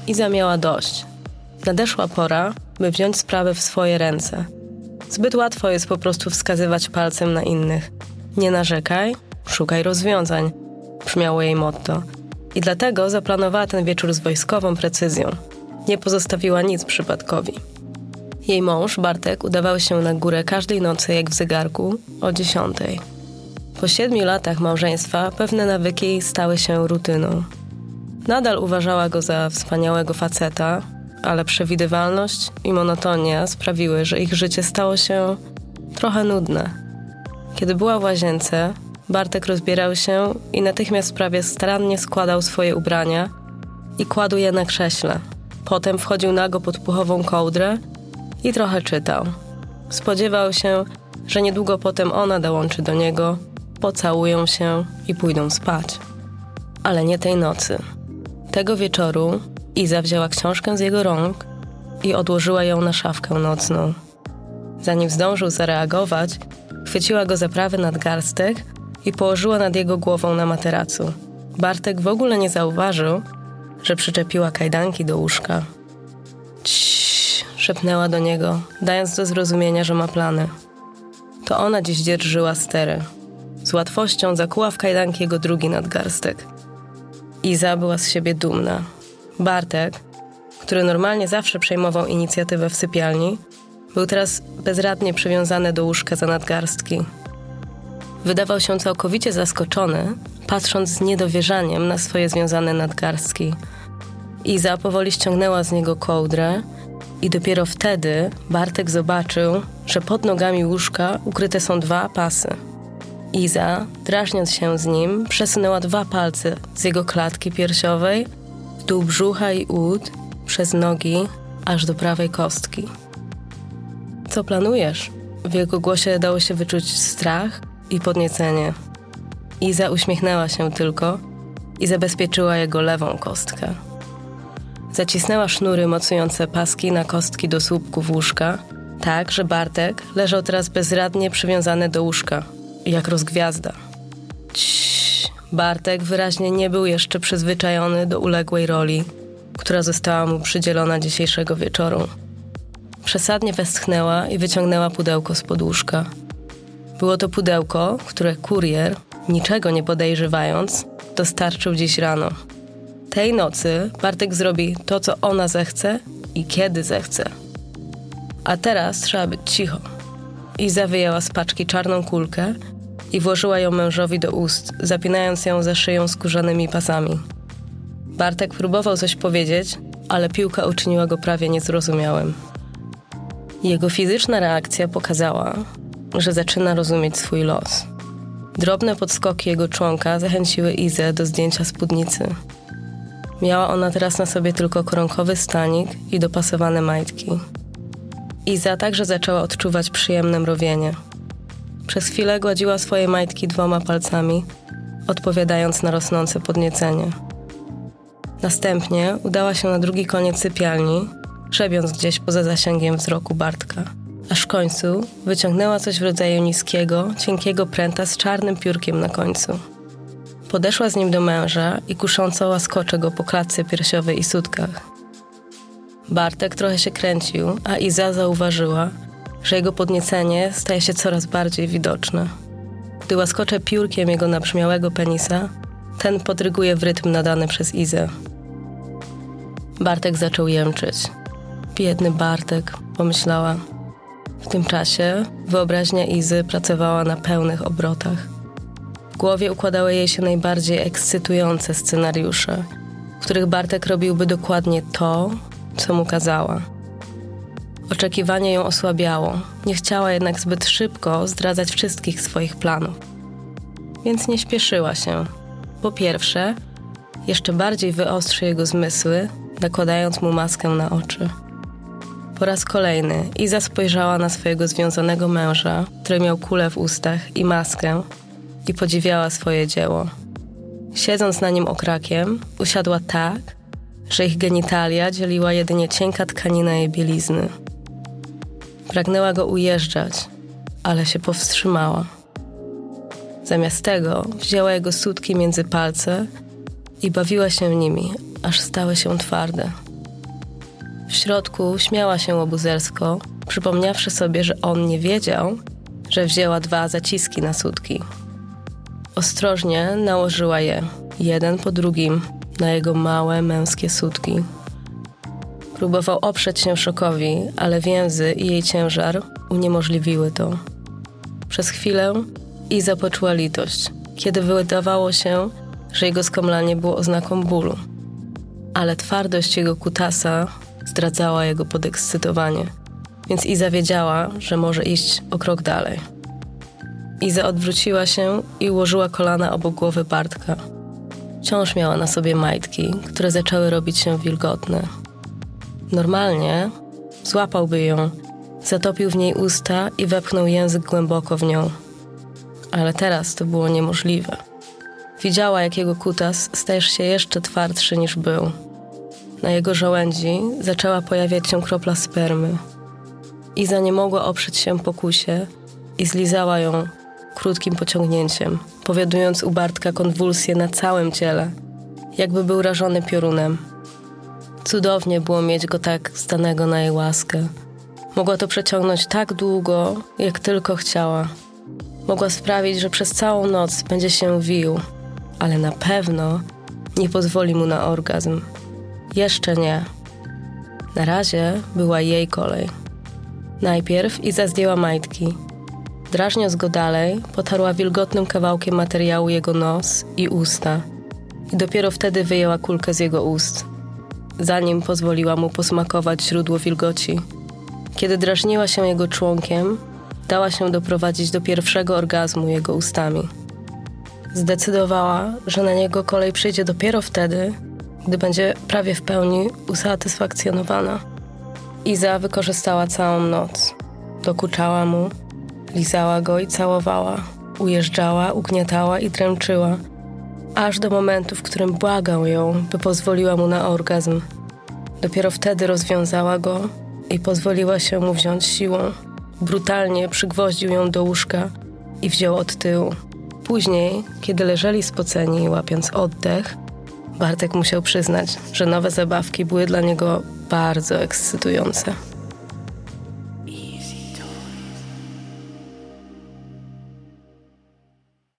Iza miała dość. Nadeszła pora, by wziąć sprawę w swoje ręce. Zbyt łatwo jest po prostu wskazywać palcem na innych. Nie narzekaj, szukaj rozwiązań, brzmiało jej motto. I dlatego zaplanowała ten wieczór z wojskową precyzją. Nie pozostawiła nic przypadkowi. Jej mąż, Bartek, udawał się na górę każdej nocy jak w zegarku o 10:00. Po 7 latach małżeństwa pewne nawyki stały się rutyną. Nadal uważała go za wspaniałego faceta, ale przewidywalność i monotonia sprawiły, że ich życie stało się trochę nudne. Kiedy była w łazience, Bartek rozbierał się i natychmiast prawie starannie składał swoje ubrania i kładł je na krześle. Potem wchodził nago pod puchową kołdrę i trochę czytał. Spodziewał się, że niedługo potem ona dołączy do niego, pocałują się i pójdą spać. Ale nie tej nocy. Tego wieczoru Iza wzięła książkę z jego rąk i odłożyła ją na szafkę nocną. Zanim zdążył zareagować, chwyciła go za prawy nadgarstek i położyła nad jego głową na materacu. Bartek w ogóle nie zauważył, że przyczepiła kajdanki do łóżka. Ciii, szepnęła do niego, dając do zrozumienia, że ma plany. To ona dziś dzierżyła stery. Z łatwością zakuła w kajdanki jego drugi nadgarstek. Iza była z siebie dumna. Bartek, który normalnie zawsze przejmował inicjatywę w sypialni, był teraz bezradnie przywiązany do łóżka za nadgarstki. Wydawał się całkowicie zaskoczony, patrząc z niedowierzaniem na swoje związane nadgarstki. Iza powoli ściągnęła z niego kołdrę i dopiero wtedy Bartek zobaczył, że pod nogami łóżka ukryte są 2 pasy. Iza, drażniąc się z nim, przesunęła 2 palce z jego klatki piersiowej w dół brzucha i ud, przez nogi, aż do prawej kostki. Co planujesz? W jego głosie dało się wyczuć strach i podniecenie. Iza uśmiechnęła się tylko i zabezpieczyła jego lewą kostkę. Zacisnęła sznury mocujące paski na kostki do słupków łóżka, tak, że Bartek leżał teraz bezradnie przywiązany do łóżka, jak rozgwiazda. Ciii. Bartek wyraźnie nie był jeszcze przyzwyczajony do uległej roli, która została mu przydzielona dzisiejszego wieczoru. Przesadnie westchnęła i wyciągnęła pudełko spod łóżka. Było to pudełko, które kurier, niczego nie podejrzewając, dostarczył dziś rano. Tej nocy Bartek zrobi to, co ona zechce i kiedy zechce. A teraz trzeba być cicho. Iza wyjęła z paczki czarną kulkę i włożyła ją mężowi do ust, zapinając ją za szyją skórzanymi pasami. Bartek próbował coś powiedzieć, ale piłka uczyniła go prawie niezrozumiałym. Jego fizyczna reakcja pokazała, że zaczyna rozumieć swój los. Drobne podskoki jego członka zachęciły Izę do zdjęcia spódnicy. Miała ona teraz na sobie tylko koronkowy stanik i dopasowane majtki. Iza także zaczęła odczuwać przyjemne mrowienie. Przez chwilę gładziła swoje majtki 2 palcami, odpowiadając na rosnące podniecenie. Następnie udała się na drugi koniec sypialni, grzebiąc gdzieś poza zasięgiem wzroku Bartka. Aż w końcu wyciągnęła coś w rodzaju niskiego, cienkiego pręta z czarnym piórkiem na końcu. Podeszła z nim do męża i kusząco łaskocze go po klatce piersiowej i sutkach. Bartek trochę się kręcił, a Iza zauważyła, że jego podniecenie staje się coraz bardziej widoczne. Gdy łaskocze piórkiem jego nabrzmiałego penisa, ten podryguje w rytm nadany przez Izę. Bartek zaczął jęczeć. Biedny Bartek, pomyślała. W tym czasie wyobraźnia Izy pracowała na pełnych obrotach. W głowie układały jej się najbardziej ekscytujące scenariusze, w których Bartek robiłby dokładnie to, co mu kazała. Oczekiwanie ją osłabiało, nie chciała jednak zbyt szybko zdradzać wszystkich swoich planów. Więc nie śpieszyła się. Po pierwsze, jeszcze bardziej wyostrzy jego zmysły, nakładając mu maskę na oczy. Po raz kolejny Iza spojrzała na swojego związanego męża, który miał kulę w ustach i maskę, i podziwiała swoje dzieło. Siedząc na nim okrakiem, usiadła tak, że ich genitalia dzieliła jedynie cienka tkanina jej bielizny. Pragnęła go ujeżdżać, ale się powstrzymała. Zamiast tego wzięła jego sutki między palce i bawiła się nimi, aż stały się twarde. W środku śmiała się łobuzersko, przypomniawszy sobie, że on nie wiedział, że wzięła 2 zaciski na sutki. Ostrożnie nałożyła je, jeden po drugim, na jego małe, męskie sutki. Próbował oprzeć się szokowi, ale więzy i jej ciężar uniemożliwiły to. Przez chwilę Iza poczuła litość, kiedy wydawało się, że jego skomlanie było oznaką bólu. Ale twardość jego kutasa zdradzała jego podekscytowanie, więc Iza wiedziała, że może iść o krok dalej. Iza odwróciła się i ułożyła kolana obok głowy Bartka. Wciąż miała na sobie majtki, które zaczęły robić się wilgotne. Normalnie złapałby ją, zatopił w niej usta i wepchnął język głęboko w nią. Ale teraz to było niemożliwe. Widziała, jak jego kutas staje się jeszcze twardszy niż był. Na jego żołędzi zaczęła pojawiać się kropla spermy. Iza nie mogła oprzeć się pokusie i zlizała ją krótkim pociągnięciem, powodując u Bartka konwulsje na całym ciele, jakby był rażony piorunem. Cudownie było mieć go tak zdanego na jej łaskę. Mogła to przeciągnąć tak długo, jak tylko chciała. Mogła sprawić, że przez całą noc będzie się wił, ale na pewno nie pozwoli mu na orgazm. Jeszcze nie. Na razie była jej kolej. Najpierw Iza zdjęła majtki. Drażniąc go dalej, potarła wilgotnym kawałkiem materiału jego nos i usta. I dopiero wtedy wyjęła kulkę z jego ust. Zanim pozwoliła mu posmakować źródło wilgoci. Kiedy drażniła się jego członkiem, dała się doprowadzić do pierwszego orgazmu jego ustami. Zdecydowała, że na niego kolej przyjdzie dopiero wtedy, gdy będzie prawie w pełni usatysfakcjonowana. Iza wykorzystała całą noc. Dokuczała mu, lizała go i całowała, ujeżdżała, ugniatała i dręczyła, aż do momentu, w którym błagał ją, by pozwoliła mu na orgazm. Dopiero wtedy rozwiązała go i pozwoliła się mu wziąć siłą. Brutalnie przygwoździł ją do łóżka i wziął od tyłu. Później, kiedy leżeli spoceni, łapiąc oddech, Bartek musiał przyznać, że nowe zabawki były dla niego bardzo ekscytujące.